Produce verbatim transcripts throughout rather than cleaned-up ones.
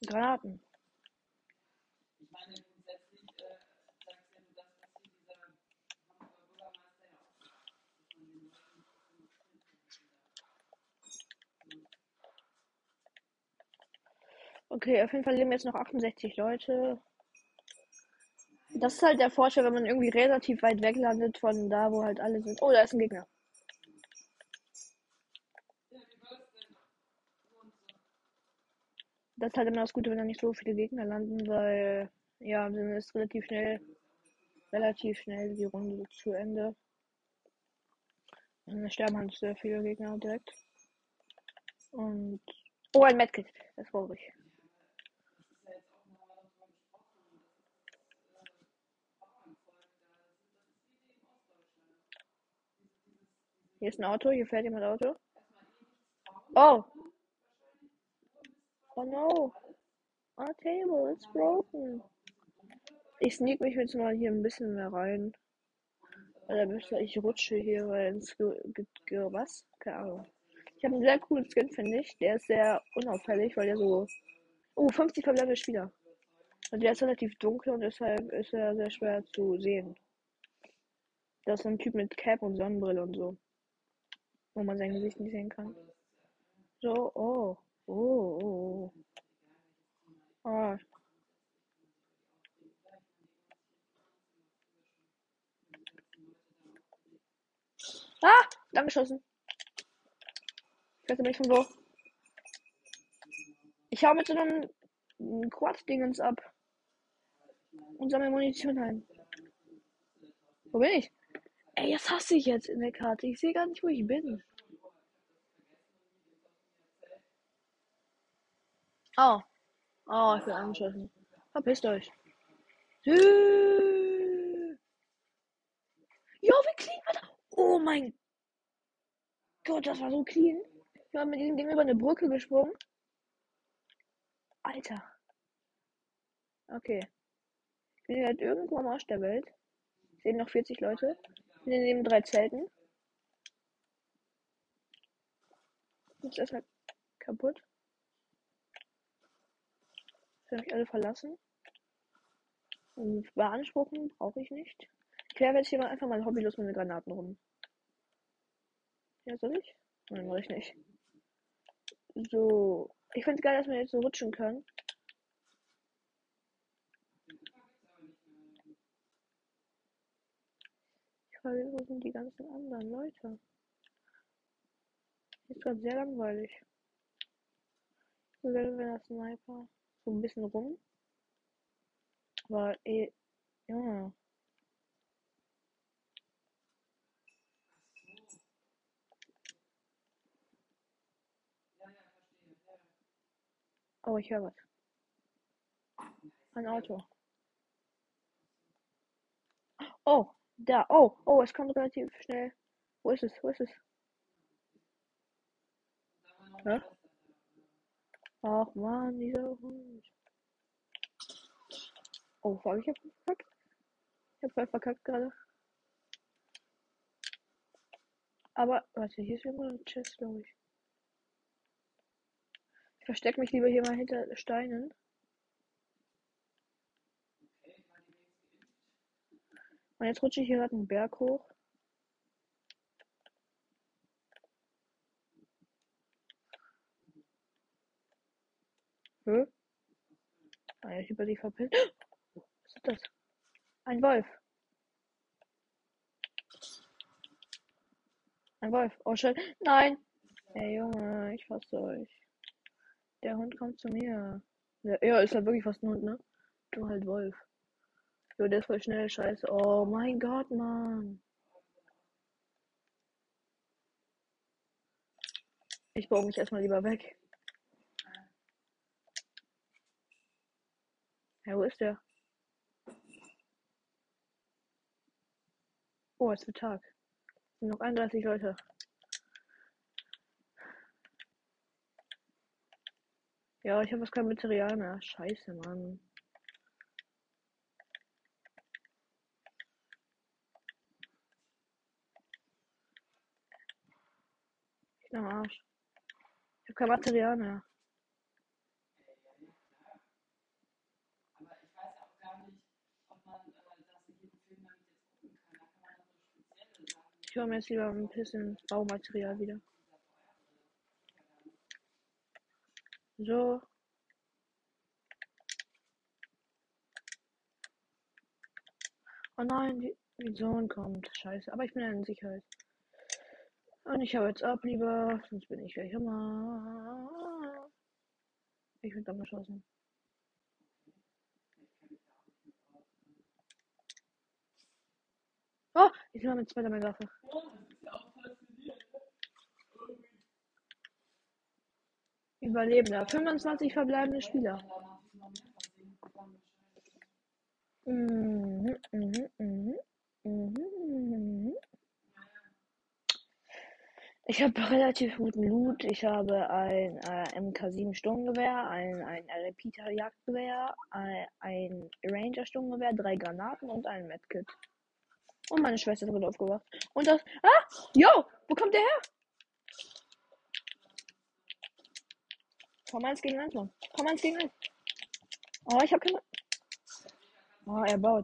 Granaten. Okay, auf jeden Fall leben jetzt noch achtundsechzig Leute. Das ist halt der Vorteil, wenn man irgendwie relativ weit weg landet von da, wo halt alle sind. Oh, da ist ein Gegner. Das ist halt immer das Gute, wenn da nicht so viele Gegner landen, weil ja, dann ist relativ schnell, relativ schnell die Runde zu Ende. Und dann sterben halt sehr viele Gegner direkt. Und oh, ein Medkit. Das brauche ich. Hier ist ein Auto, hier fährt jemand Auto. Oh! Oh no! Our table is broken. Ich sneak mich jetzt mal hier ein bisschen mehr rein. Oder ich rutsche hier rein ins Ge Ge Ge was? Keine Ahnung. Ich habe einen sehr coolen Skin, finde ich. Der ist sehr unauffällig, weil der so. Oh, fünfzig verbleibende Spieler. Und der ist relativ dunkel und deshalb ist er sehr schwer zu sehen. Das ist ein Typ mit Cap und Sonnenbrille und so. Wo man sein Gesicht nicht sehen kann. So, oh. Oh, oh, oh. Ah. Ah! Dann geschossen. Ich weiß nicht von wo. Ich hau mit so einem Quad-Dingens ab. Und sammle Munition ein. Wo bin ich? Ey, das hasse ich jetzt in der Karte. Ich sehe gar nicht, wo ich bin. Oh. Oh, ich bin angeschossen. Verpisst euch. Jo, wie clean war das? Oh mein Gott, das war so clean. Ich war mit diesem Ding über eine Brücke gesprungen. Alter. Okay. Ich bin halt irgendwo am Arsch der Welt. Ich sehe noch vierzig Leute. Ich bin in den drei Zelten. Jetzt erstmal kaputt. Ich habe mich alle verlassen. Und beanspruchen brauche ich nicht. Ich werfe jetzt hier mal einfach mal hobbylos mit den Granaten rum. Ja, soll ich? Nein, mache ich nicht. So. Ich finde es geil, dass man jetzt so rutschen kann. Ich frage, wo sind die ganzen anderen Leute? Ist gerade sehr langweilig. So wenn der Sniper so ein bisschen rum. Aber eh, ja. Oh, ich höre was. Ein Auto. Oh, da. Oh, oh, es kommt relativ schnell. Wo ist es? Wo ist es? Hä? Ach man, dieser Hund. Oh, fuck, ich hab verkackt. Ich hab voll verkackt gerade. Aber, warte, hier ist irgendwo ein Chest, glaube ich. Ich verstecke mich lieber hier mal hinter Steinen. Und jetzt rutsche ich hier gerade einen Berg hoch. Hä? Ah, ich über die verpisst. Was ist das? Ein Wolf. Ein Wolf. Oh, shit. Nein. Ey, Junge, ich hasse euch. Der Hund kommt zu mir. Ja, ja, ist halt wirklich fast ein Hund, ne? Du halt Wolf. Jo, der ist voll schnell, scheiße. Oh mein Gott, Mann. Ich baue mich erstmal lieber weg. Ja, wo ist der? Oh, es wird Tag. Es sind noch einunddreißig Leute. Ja, ich habe fast kein Material mehr. Scheiße, Mann. Ich bin am Arsch. Ich habe kein Material mehr. Ich hole mir jetzt lieber ein bisschen Baumaterial wieder. So. Oh nein, die, die Sohn kommt. Scheiße. Aber ich bin ja in Sicherheit. Und ich hau jetzt ab, lieber. Sonst bin ich gleich immer. Ich bin abgeschossen. Oh, ich bin mit zweiter Waffe. Überlebender. fünfundzwanzig verbleibende Spieler. Mhm, mhm, mhm, mhm. Ich habe relativ guten Loot. Ich habe ein äh, M K sieben Sturmgewehr, ein, ein Repeater Jagdgewehr, ein, ein Ranger Sturmgewehr, drei Granaten und ein Medkit. Und meine Schwester ist gerade aufgewacht. Und das. Ah! Yo! Wo kommt der her? Komm eins gegen eins, Mann. Komm eins gegen eins. Oh, ich hab keine. Oh, er baut.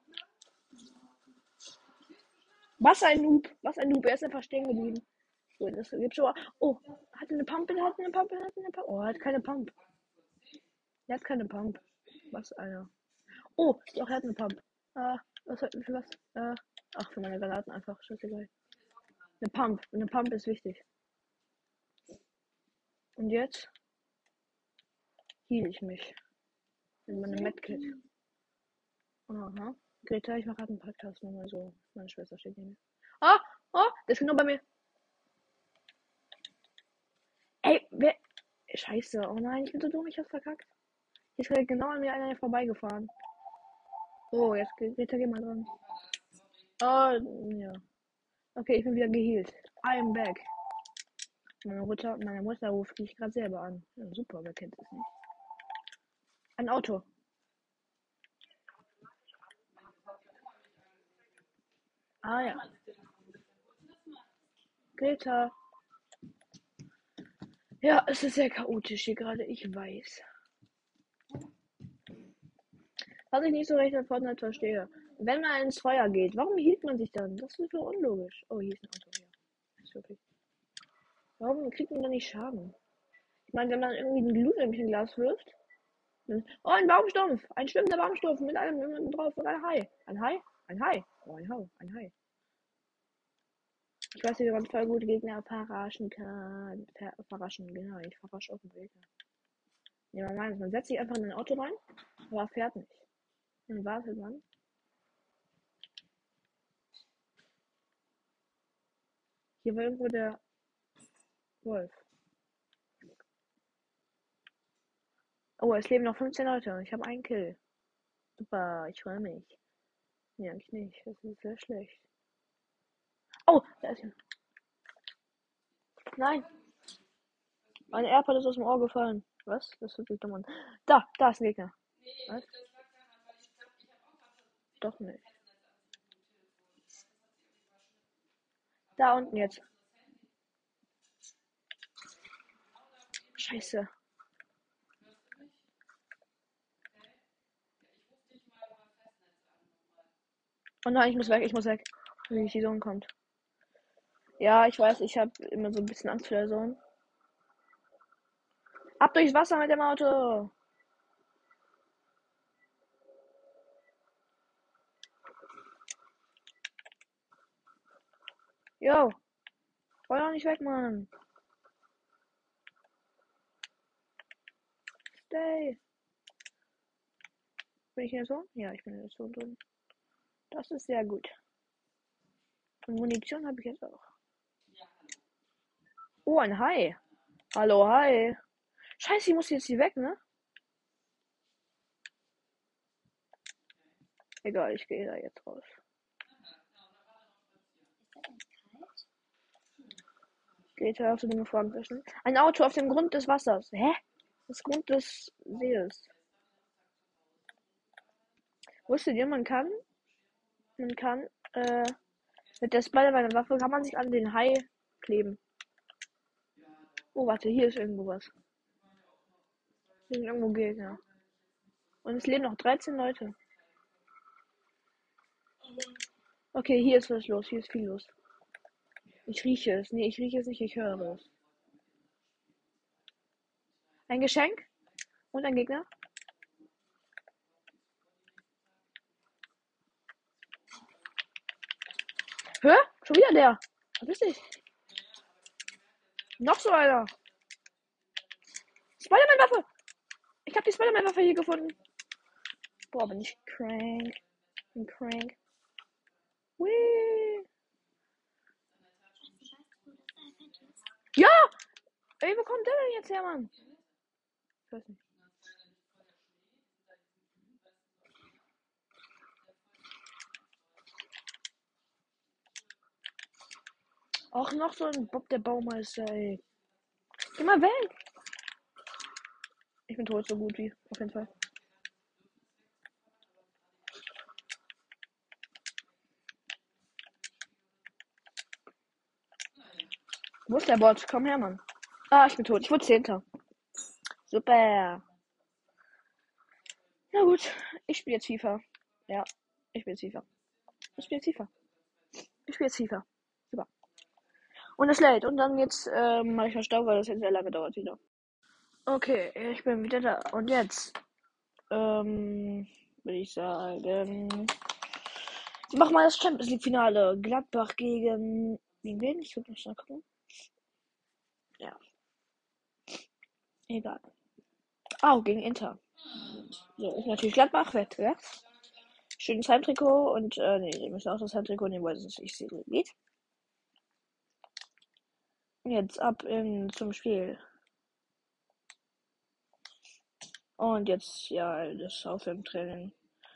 Was ein Noob. Was ein Noob. Er ist einfach stehen geblieben. So, das gibt schon. Oh, hat er eine Pump? Hat er eine Pump? Hat er eine Pump? Oh, er hat keine Pump. Er hat keine Pump. Was einer. Oh, doch, er hat eine Pump. Äh, was hat für was? Äh, ach, für meine Granaten einfach. Scheißegal. Eine Pump. Eine Pump ist wichtig. Und jetzt heal ich mich. In meinem Medkit. Aha. Greta, ich mache gerade einen Podcast nochmal so. Meine Schwester steht hier. Ah! Oh! Der ist genau bei mir. Ey, wer. Scheiße. Oh nein, ich bin so dumm, ich hab's verkackt. Hier ist gerade genau an mir einer vorbeigefahren. Oh, jetzt Greta, geh mal dran. Oh, ja. Okay, ich bin wieder geheilt. I'm back. Meine Mutter, meine Mutter ruft mich gerade selber an. Ja, super, wer kennt es nicht? Ein Auto. Ah ja. Greta. Ja, es ist sehr chaotisch hier gerade, ich weiß. Was ich nicht so recht an Fortnite verstehe. Wenn man ins Feuer geht, warum hielt man sich dann? Das ist so unlogisch. Oh, hier ist ein Auto. Ja. Ist wirklich. Warum kriegt man da nicht Schaden? Ich meine, wenn man irgendwie ein Loot in ein Glas wirft. Dann, oh, ein Baumstumpf. Ein schwimmender Baumstumpf mit einem drauf. Ein Hai. Ein Hai? Ein Hai. Oh, ein Hai. Ein Hai. Ich weiß nicht, wie man voll gut Gegner verarschen kann. Ver verarschen, genau. Ich verarsche auch den Gegner. Ja, man meint, man setzt sich einfach in ein Auto rein, aber fährt nicht. Dann wartet man. Hier war irgendwo der Wolf. Oh, es leben noch fünfzehn Leute und ich habe einen Kill. Super, ich freue mich. Nee, eigentlich nicht. Das ist sehr schlecht. Oh, da ist er. Nein. Mein AirPod ist aus dem Ohr gefallen. Was? Das hört sich dumm an. Da, da ist ein Gegner. Was? Doch nicht. Da unten jetzt. Scheiße. Oh nein, ich muss weg, ich muss weg. Wie die Zone kommt. Ja, ich weiß, ich habe immer so ein bisschen Angst vor der Zone. Ab durchs Wasser mit dem Auto. Jo. Roll doch nicht weg, Mann. Stay. Bin ich in der Zone? Ja, ich bin in der Zone drin. Das ist sehr gut. Und Munition habe ich jetzt auch. Oh, ein Hai. Hallo, Hai. Scheiße, ich muss jetzt hier weg, ne? Egal, ich gehe da jetzt raus. Geht da auf so dumme Fragen zwischen. Ein Auto auf dem Grund des Wassers. Hä? Das Grund des Sees. Wusstet ihr, man kann, man kann, äh, mit der Spider-Man-Waffe kann man sich an den Hai kleben. Oh, warte, hier ist irgendwo was. Hier sind irgendwo Gegner. Und es leben noch dreizehn Leute. Okay, hier ist was los. Hier ist viel los. Ich rieche es. Nee, ich rieche es nicht, ich höre es. Ein Geschenk und ein Gegner. Hä? Schon wieder der. Verpiss dich. Noch so einer. Spider-Man-Waffe. Ich habe die Spider-Man-Waffe hier gefunden. Boah, bin ich crank. Bin crank. Whee. Ja! Ey, wo kommt der denn jetzt her, Mann? Ich weiß nicht. Auch noch so ein Bob der Baumeister, ey. Geh mal weg. Ich bin tot, so gut wie. Auf jeden Fall. Wo ist der Bot? Komm her, Mann. Ah, ich bin tot. Ich wurde Zehnter. Super. Na gut. Ich spiele jetzt FIFA. Ja. Ich spiele jetzt FIFA. Ich spiele jetzt FIFA. Ich spiele jetzt FIFA. Super. Und es lädt. Und dann jetzt ähm, mache ich mal Stau, weil das jetzt sehr lange dauert wieder. Okay, ich bin wieder da. Und jetzt ähm, würde ich sagen, ich mache mal das Champions League Finale. Gladbach gegen gegen wen? Ich würde noch mal gucken. Ja. Egal. Oh, gegen Inter. So, ist natürlich Gladbach weg, ja? Schönes Heimtrikot und, äh, nee, wir müssen auch das Heimtrikot nehmen, weil es nicht so geht. Jetzt ab in, zum Spiel. Und jetzt, ja, das Aufwärmtraining.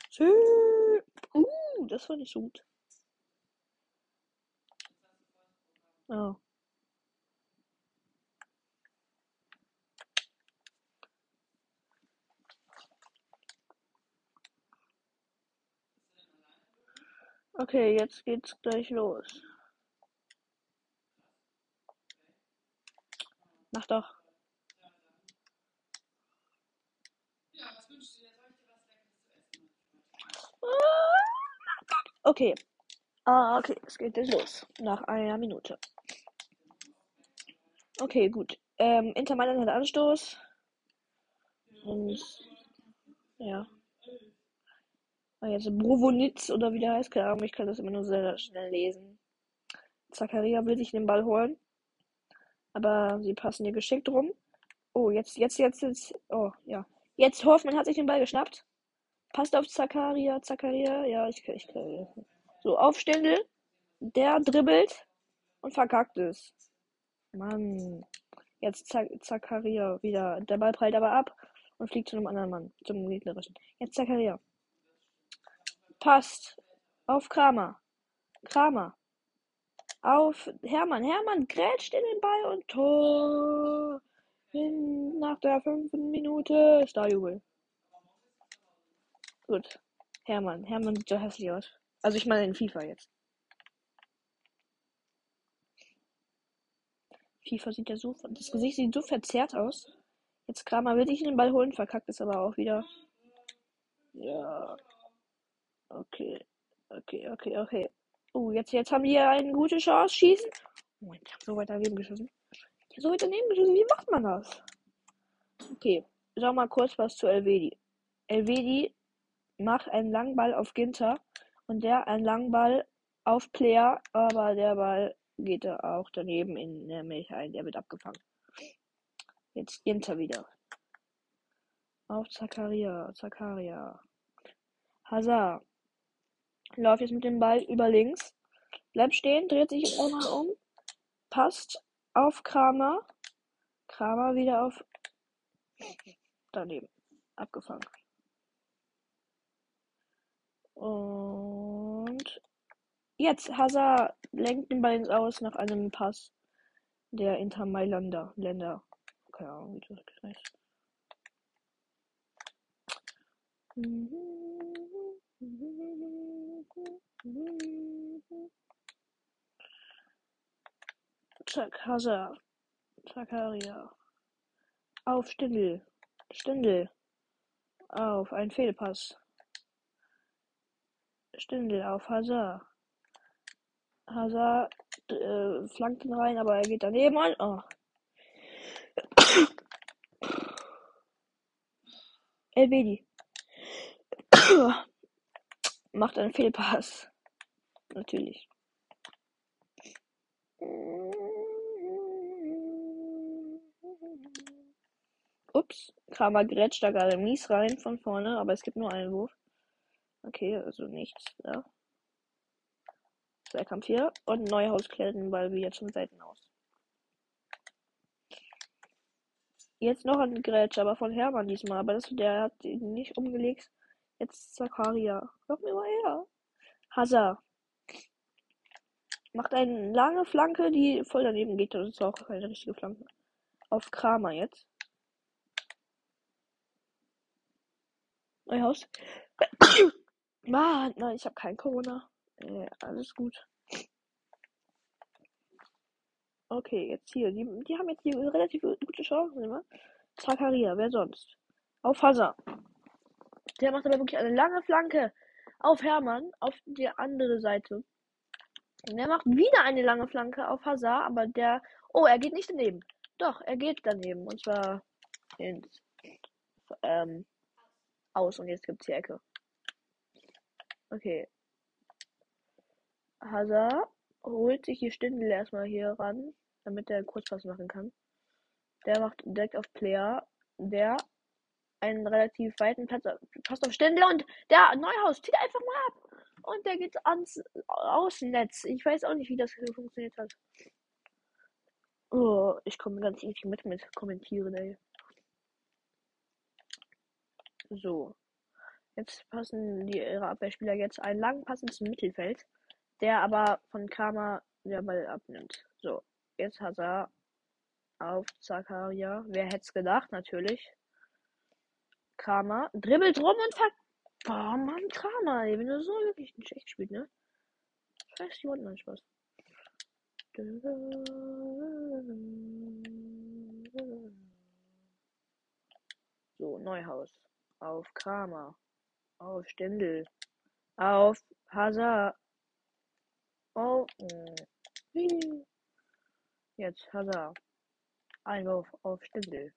Uh, das war nicht so gut. Oh. Okay, jetzt geht's gleich los. Mach doch. Okay. Ah, okay, es geht jetzt los. Nach einer Minute. Okay, gut. Ähm, Inter Mailand hat Anstoß. Und, ja. Ah, jetzt Brovonitz oder wie der heißt, keine Ahnung, ich kann das immer nur sehr schnell lesen. Zakaria will sich den Ball holen. Aber sie passen hier geschickt rum. Oh, jetzt, jetzt, jetzt, jetzt. Oh, ja. Jetzt Hoffmann hat sich den Ball geschnappt. Passt auf Zakaria, Zakaria. Ja, ich, ich, ich so, auf Stindl. Der dribbelt und verkackt es. Mann. Jetzt Zakaria wieder. Der Ball prallt aber ab und fliegt zu einem anderen Mann. Zum gegnerischen. Jetzt Zakaria. Passt. Auf Kramer. Kramer. Auf Hermann. Hermann grätscht in den Ball und Tor. In, nach der fünften Minute. Starjubel. Gut. Hermann. Hermann sieht so hässlich aus. Also ich meine in FIFA jetzt. FIFA sieht ja so. Das Gesicht sieht so verzerrt aus. Jetzt Kramer will sich den Ball holen, verkackt es aber auch wieder. Ja. Okay. Okay, okay, okay. Oh, jetzt, jetzt haben die eine gute Chance. Schießen. Oh, ich hab so weit daneben geschossen. Ich hab so weit daneben geschossen. Wie macht man das? Okay. Sag mal kurz was zu Elvedi. Elvedi macht einen langen Ball auf Ginter und der einen langen Ball auf Player, aber der Ball geht da auch daneben in der Milch ein. Der wird abgefangen. Jetzt Ginter wieder. Auf Zakaria. Zakaria. Hazard. Läuft jetzt mit dem Ball über links. Bleibt stehen, dreht sich einmal um. Passt auf Kramer. Kramer wieder auf daneben. Abgefangen. Und jetzt Hazard lenkt den Ball ins Aus nach einem Pass der Inter Mailander Länder. Keine Ahnung, wie das heißt. Zack, Hazard. Zakaria. Auf Stindl. Stindl. Auf ein Fehlpass. Stindl auf Hazard. Hazard äh, flanken rein, aber er geht daneben an. Oh. Elvedi macht einen Fehlpass. Natürlich. Ups, Kramer grätscht da gerade mies rein von vorne, aber es gibt nur einen Wurf. Okay, also nichts. Ja. Zweikampf hier und Neuhaus klärt den Ball wieder zum Seiten aus. Jetzt noch ein Grätsch, aber von Hermann diesmal. Aber das, der hat ihn nicht umgelegt. Jetzt Zakaria. Komm mir mal her. Hazard macht eine lange Flanke, die voll daneben geht. Das ist auch keine richtige Flanke. Auf Kramer jetzt. Neuhaus. Mann, nein, ich habe kein Corona. Äh, alles gut. Okay, jetzt hier. Die, die haben jetzt hier relativ gute Chancen immer. Zakaria, wer sonst? Auf Hazard. Der macht aber wirklich eine lange Flanke auf Hermann, auf die andere Seite. Und er macht wieder eine lange Flanke auf Hazard, aber der... Oh, er geht nicht daneben. Doch, er geht daneben. Und zwar ins... Ähm, aus. Und jetzt gibt's die Ecke. Okay. Hazard holt sich die Stindel erstmal hier ran, damit er Kurzpass machen kann. Der macht direkt auf Player. Der einen relativ weiten Platz passt auf Stindel und der Neuhaus zieht einfach mal ab. Und der geht ans Außennetz. Ich weiß auch nicht, wie das funktioniert hat. Oh, ich komme ganz easy mit mit kommentieren, ey. So. Jetzt passen die ihre Abwehrspieler jetzt einen langen Pass ins Mittelfeld, der aber von Kramer der Ball abnimmt. So, jetzt hat er auf Zakaria. Wer hätte es gedacht, natürlich. Kramer dribbelt rum und ver... Boah, Mann, Kramer, ey, wenn du so wirklich nicht schlecht spielst, ne? Scheiß die unten, Spaß. So, Neuhaus. Auf Kramer. Auf Stindel. Auf Hazard. Oh. Jetzt Hazard. Einwurf auf Stindel.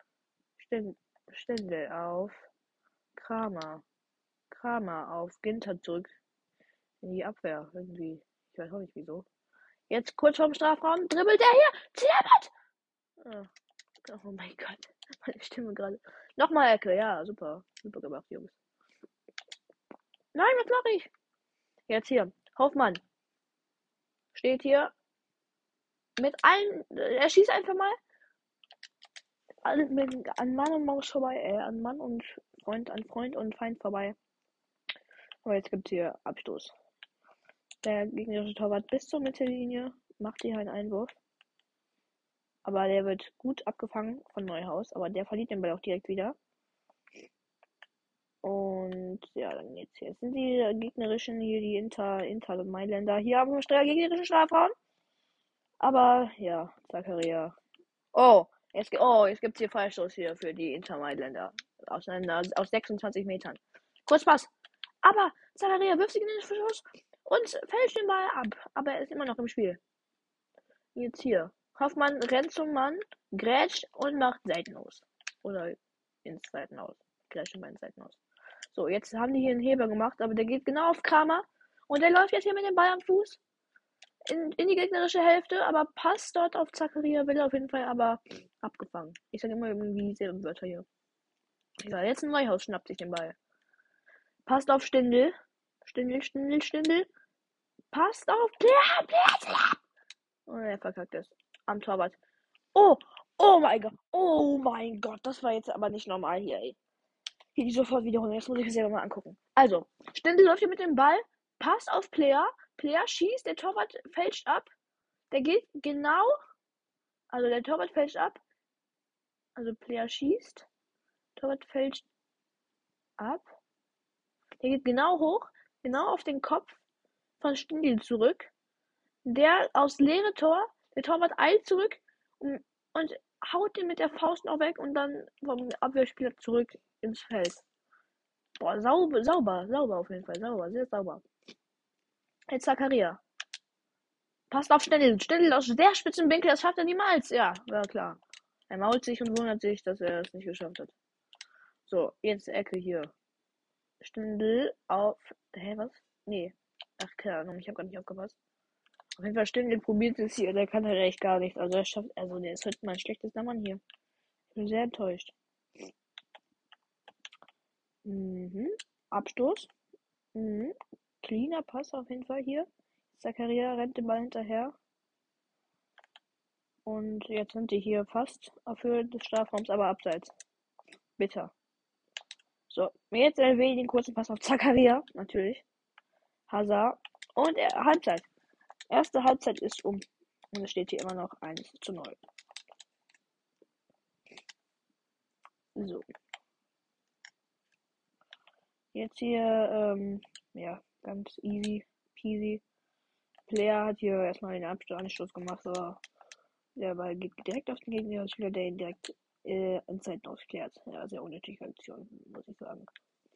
Stindel auf Kramer. Kramer auf Ginter zurück. In die Abwehr. Irgendwie. Ich weiß auch nicht wieso. Jetzt kurz vorm Strafraum. Dribbelt er hier. Zierbert! Oh. Oh mein Gott. Meine Stimme gerade. Nochmal Ecke. Ja, super. Super gemacht, Jungs. Nein, was mache ich? Jetzt hier. Hoffmann. Steht hier. Mit allen. Er schießt einfach mal. An Mann und Maus vorbei. Äh, an Mann und Freund, an Freund und Feind vorbei. Aber jetzt gibt es hier Abstoß. Der gegnerische Torwart bis zur Mittellinie macht hier einen Einwurf. Aber der wird gut abgefangen von Neuhaus. Aber der verliert den Ball auch direkt wieder. Und ja, dann geht's hier. Jetzt sind die gegnerischen hier, die Inter, Inter Mailänder. Hier haben wir einen gegnerischen Strafraum. Aber ja, Zakaria. Oh, jetzt, oh, jetzt gibt es hier Freistoß hier für die Inter Mailänder. Auseinander, aus sechsundzwanzig Metern. Kurzpass. Aber Zakaria wirft sich in den Schuss und fälscht den Ball ab. Aber er ist immer noch im Spiel. Jetzt hier. Hoffmann rennt zum Mann, grätscht und macht Seiten aus. Oder ins Seiten aus. Grätscht in beiden Seiten aus. So, jetzt haben die hier einen Heber gemacht, aber der geht genau auf Kramer. Und der läuft jetzt hier mit dem Ball am Fuß in, in die gegnerische Hälfte, aber passt dort auf Zakaria, will auf jeden Fall aber abgefangen. Ich sage immer irgendwie Serienwörter hier. Ja, jetzt ein Neuhaus schnappt sich den Ball. Passt auf Stindel. Stindel, Stindel, Stindel. Passt auf der Platz. Und er verkackt es. Am Torwart. Oh, oh mein Gott. Oh mein Gott. Das war jetzt aber nicht normal hier, ey. Hier die sofort wiederholen. Jetzt muss ich es selber mal angucken. Also, Stindel läuft hier mit dem Ball. Passt auf Player. Player schießt. Der Torwart fälscht ab. Der geht genau. Also, der Torwart fälscht ab. Also, Player schießt. Torwart fälscht ab. Der geht genau hoch. Genau auf den Kopf von Stindel zurück. Der aus leere Tor. Der Torwart eilt zurück und, und haut den mit der Faust noch weg und dann vom Abwehrspieler zurück ins Feld. Boah, sauber, sauber, sauber auf jeden Fall. Sauber, sehr sauber. Jetzt Zakaria. Passt auf Stendel. Stendel aus sehr spitzen Winkel, das schafft er niemals. Ja, war klar. Er mault sich und wundert sich, dass er es nicht geschafft hat. So, jetzt Ecke hier. Stendel auf. Hä, was? Nee. Ach, keine Ahnung, ich habe gar nicht aufgepasst. Auf jeden Fall Stendel probiert es hier, der kann halt echt gar nichts. Also er schafft, also der ist heute mein schlechtester Mann hier. Ich bin sehr enttäuscht. Mhm. Abstoß. Mhm. Cleaner Pass auf jeden Fall hier. Zakaria rennt den Ball hinterher. Und jetzt sind die hier fast auf Höhe des Strafraums, aber abseits. Bitter. So, jetzt erwähne ich den kurzen Pass auf Zakaria, natürlich. Hazard. Und er, Halbzeit. Erste Halbzeit ist um. Und es steht hier immer noch eins zu null. So. Jetzt hier, ähm, ja, ganz easy peasy. Player hat hier erstmal den Anstoß gemacht, aber der Ball geht direkt auf den Gegnerspieler, der ihn direkt äh, in Zeit ausklärt. Ja, sehr unnötige Aktion, muss ich sagen.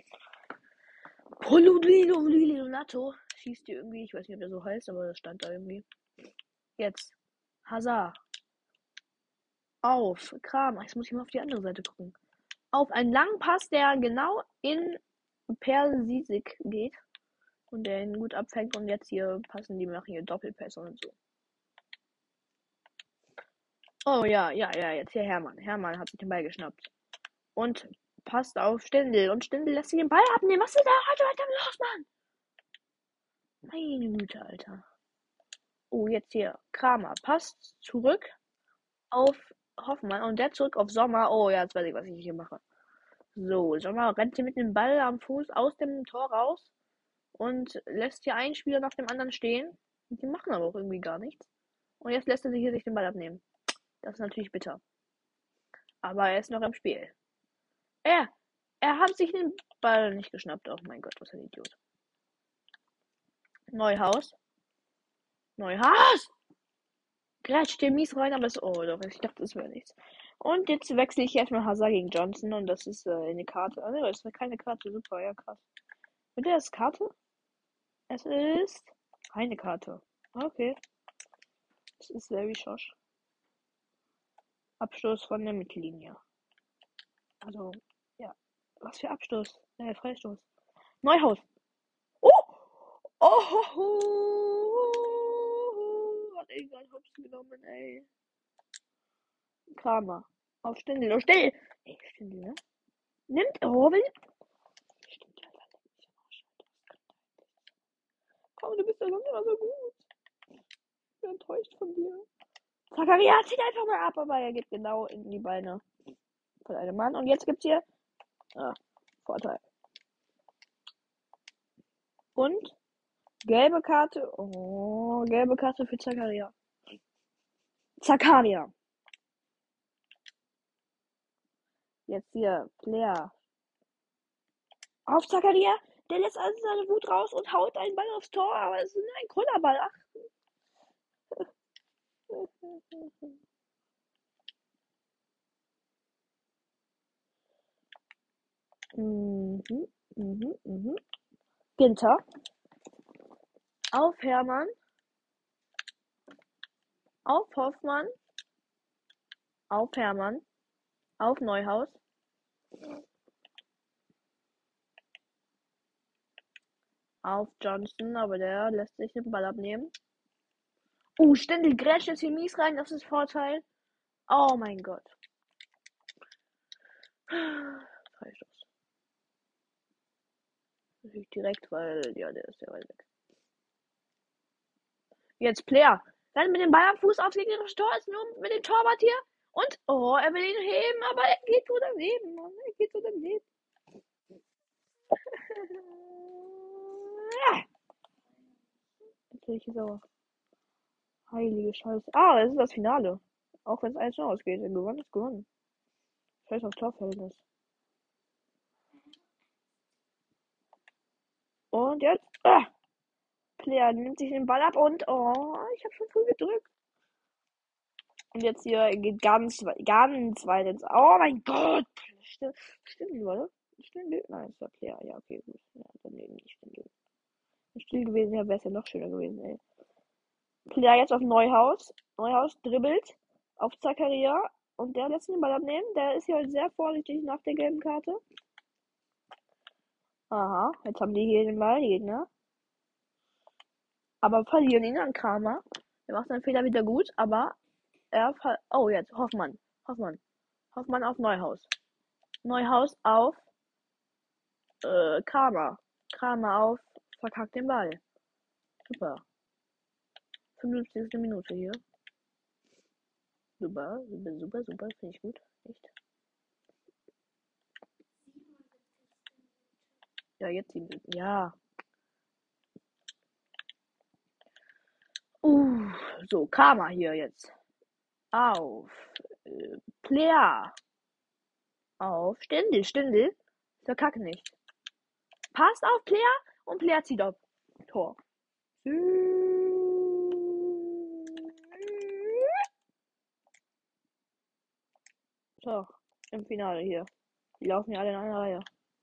Poludino Leonardo schießt hier irgendwie, ich weiß nicht, ob der so heißt, aber das stand da irgendwie. Jetzt. Hazard. Auf. Kram. Jetzt muss ich mal auf die andere Seite gucken. Auf einen langen Pass, der genau in Persisik geht. Und der ihn gut abfängt. Und jetzt hier passen die, machen hier Doppelpässe und so. Oh ja, ja, ja, jetzt hier Hermann. Hermann hat sich den Ball geschnappt. Und passt auf Stindl. Und Stindl lässt sich den Ball abnehmen. Was ist da heute weiter los, Mann? Meine Güte, Alter. Oh, jetzt hier. Kramer passt zurück auf Hoffmann. Und der zurück auf Sommer. Oh ja, jetzt weiß ich, was ich hier mache. So, Sommer rennt hier mit dem Ball am Fuß aus dem Tor raus. Und lässt hier einen Spieler nach dem anderen stehen. Und die machen aber auch irgendwie gar nichts. Und jetzt lässt er sich hier sich den Ball abnehmen. Das ist natürlich bitter. Aber er ist noch im Spiel. Er, er hat sich den Ball nicht geschnappt. Oh mein Gott, was ein Idiot. Neuhaus. Neuhaus! Grätscht hier mies rein, aber es. Oh doch, ich dachte, das wäre nichts. Und jetzt wechsle ich erstmal Hazard gegen Johnson und das ist äh, eine Karte. Oh, ne, das ist keine Karte, super, ja krass. Und der ist Karte? Es ist keine Karte. Okay. Das ist very schosch. Abstoß von der Mittellinie. Also, ja. Was für Abstoß? Äh, Freistoß. Neuhaus. Oh! Oh! Hat er gerade Hops genommen, ey. Kramer. Auf Stindel. Oh, still! Ey, Stindel, ne? Nimmt. Oh, will. Stimmt, Alter. Komm, du bist ja sonst immer so gut. Ich bin enttäuscht von dir. Zakaria zieht einfach mal ab, aber er geht genau in die Beine von einem Mann. Und jetzt gibt's hier. Ah, Vorteil. Und gelbe Karte. Oh, gelbe Karte für Zakaria. Zakaria. Jetzt hier, Player. Auf Zakaria. Der lässt also seine Wut raus und haut einen Ball aufs Tor, aber es ist nur ein Kullerball. Ach. Mhm, mhm, mhm. Ginter. Auf Hermann. Auf Hoffmann. Auf Hermann. Auf Neuhaus. Auf Johnson, aber der lässt sich den Ball abnehmen. Oh, Stindl grätscht jetzt hier mies rein, das ist Vorteil. Oh mein Gott. Freistoß. Natürlich direkt, weil, ja, der ist ja weit weg. Jetzt Player. Dann mit dem Ball am Fuß aufs gegnerische Tor, ist nur mit dem Torwart hier. Und, oh, er will ihn heben, aber er geht so daneben, Mann. Er geht so daneben. Natürlich sauer. Heilige Scheiße. Ah, das ist das Finale. Auch wenn es eins ausgeht. Gewonnen ist gewonnen. Scheiß auf Torverhältnis. Und jetzt. Ah, Player nimmt sich den Ball ab und. Oh, ich habe schon früh gedrückt. Und jetzt hier geht ganz, ganz weit ins. Oh mein Gott! Stimmt, stimmt, oder? Stimmt, nein, ist ja Player. Ja, okay, gut. Ja, daneben nicht stimmt. Wenn still gewesen wäre, wäre es ja noch schöner gewesen, ey. Player jetzt auf Neuhaus. Neuhaus dribbelt auf Zakaria. Und der lässt den Ball abnehmen. Der ist hier heute sehr vorsichtig nach der gelben Karte. Aha, jetzt haben die hier den Ball, die Gegner. Aber verlieren ihn an Kramer. Er macht seinen Fehler wieder gut, aber er ver Oh, jetzt Hoffmann. Hoffmann. Hoffmann auf Neuhaus. Neuhaus auf äh, Kramer. Kramer auf verkackt den Ball. Super. fünfundfünfzigste Minute hier. Super, super, super, super. Finde ich gut. Echt. Ja, jetzt sieben Minuten. Ja. Uh, so, Kramer hier jetzt. Auf. Äh, Player. Auf. Stindel, Stindel. Verkack nicht. Passt auf Player und Player zieht auf. Tor. So, im Finale hier. Die laufen ja alle in einer Reihe.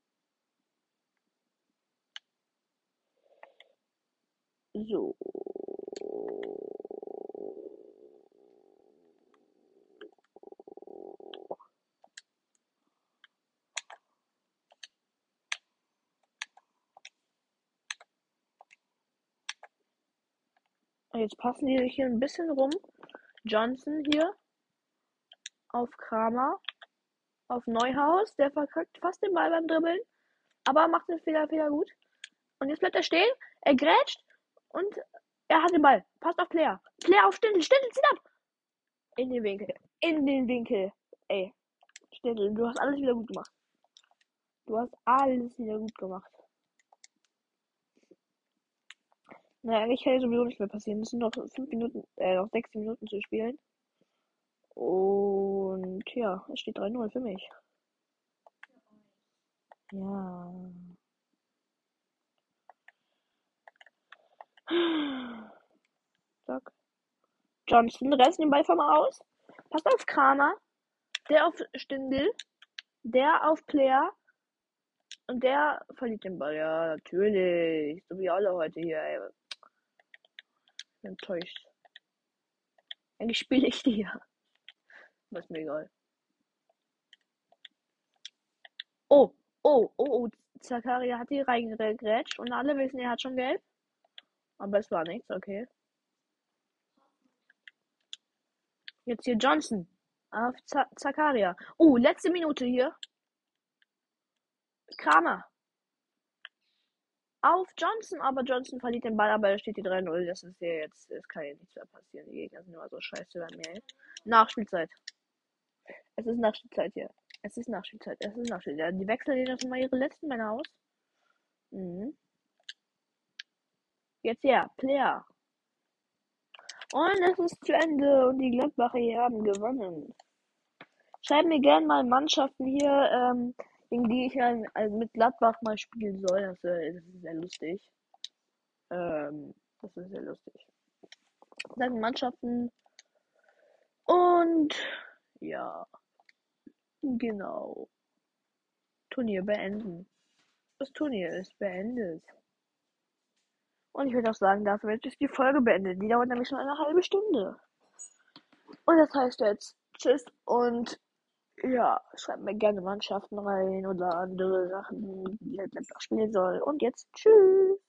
So. Jetzt passen die sich hier ein bisschen rum. Johnson hier auf Kramer. Auf Neuhaus. Der verkackt fast den Ball beim Dribbeln. Aber macht den Fehler, Fehler gut. Und jetzt bleibt er stehen. Er grätscht. Und er hat den Ball. Passt auf Player. Player auf Stindl. Stindl zieht ab. In den Winkel. In den Winkel. Ey. Stindl, du hast alles wieder gut gemacht. Du hast alles wieder gut gemacht. Naja, eigentlich kann ja sowieso nicht mehr passieren. Es sind noch fünf Minuten, äh, noch sechs Minuten zu spielen. Und ja, es steht drei null für mich. Ja. Zack. Johnson reißt den Ball vom aus. Passt auf Kramer. Der auf Stindl. Der auf Player. Und der verliert den Ball. Ja, natürlich. So wie alle heute hier, ey. Ich bin enttäuscht. Eigentlich spiele ich die ja. Aber ist mir egal. Oh, oh, oh, oh. Zakaria hat die reingegrätscht und alle wissen, er hat schon gelb. Aber es war nichts, okay. Jetzt hier Johnson auf Z Zakaria. Oh, letzte Minute hier. Kramer. Auf Johnson, aber Johnson verliert den Ball, aber da steht die drei null. Das ist ja jetzt, es kann ja nichts mehr passieren. Die Gegner sind immer so scheiße bei mir. Nachspielzeit. Es ist Nachspielzeit hier. Es ist Nachspielzeit. Es ist Nachspielzeit. Die wechseln jetzt mal ihre letzten Männer aus. Mhm. Jetzt ja, Player. Und es ist zu Ende und die Gladbacher hier haben gewonnen. Schreibt mir gerne mal Mannschaften hier, ähm, gegen die ich dann also mit Gladbach mal spielen soll. Das, äh, das ist sehr lustig. Ähm, das ist sehr lustig. Dann Mannschaften. Und ja, genau. Turnier beenden. Das Turnier ist beendet. Und ich würde auch sagen, dafür wird jetzt die Folge beendet. Die dauert nämlich schon eine halbe Stunde. Und das heißt jetzt Tschüss und ja, schreibt mir gerne Mannschaften rein oder andere Sachen, die ich spielen soll. Und jetzt Tschüss.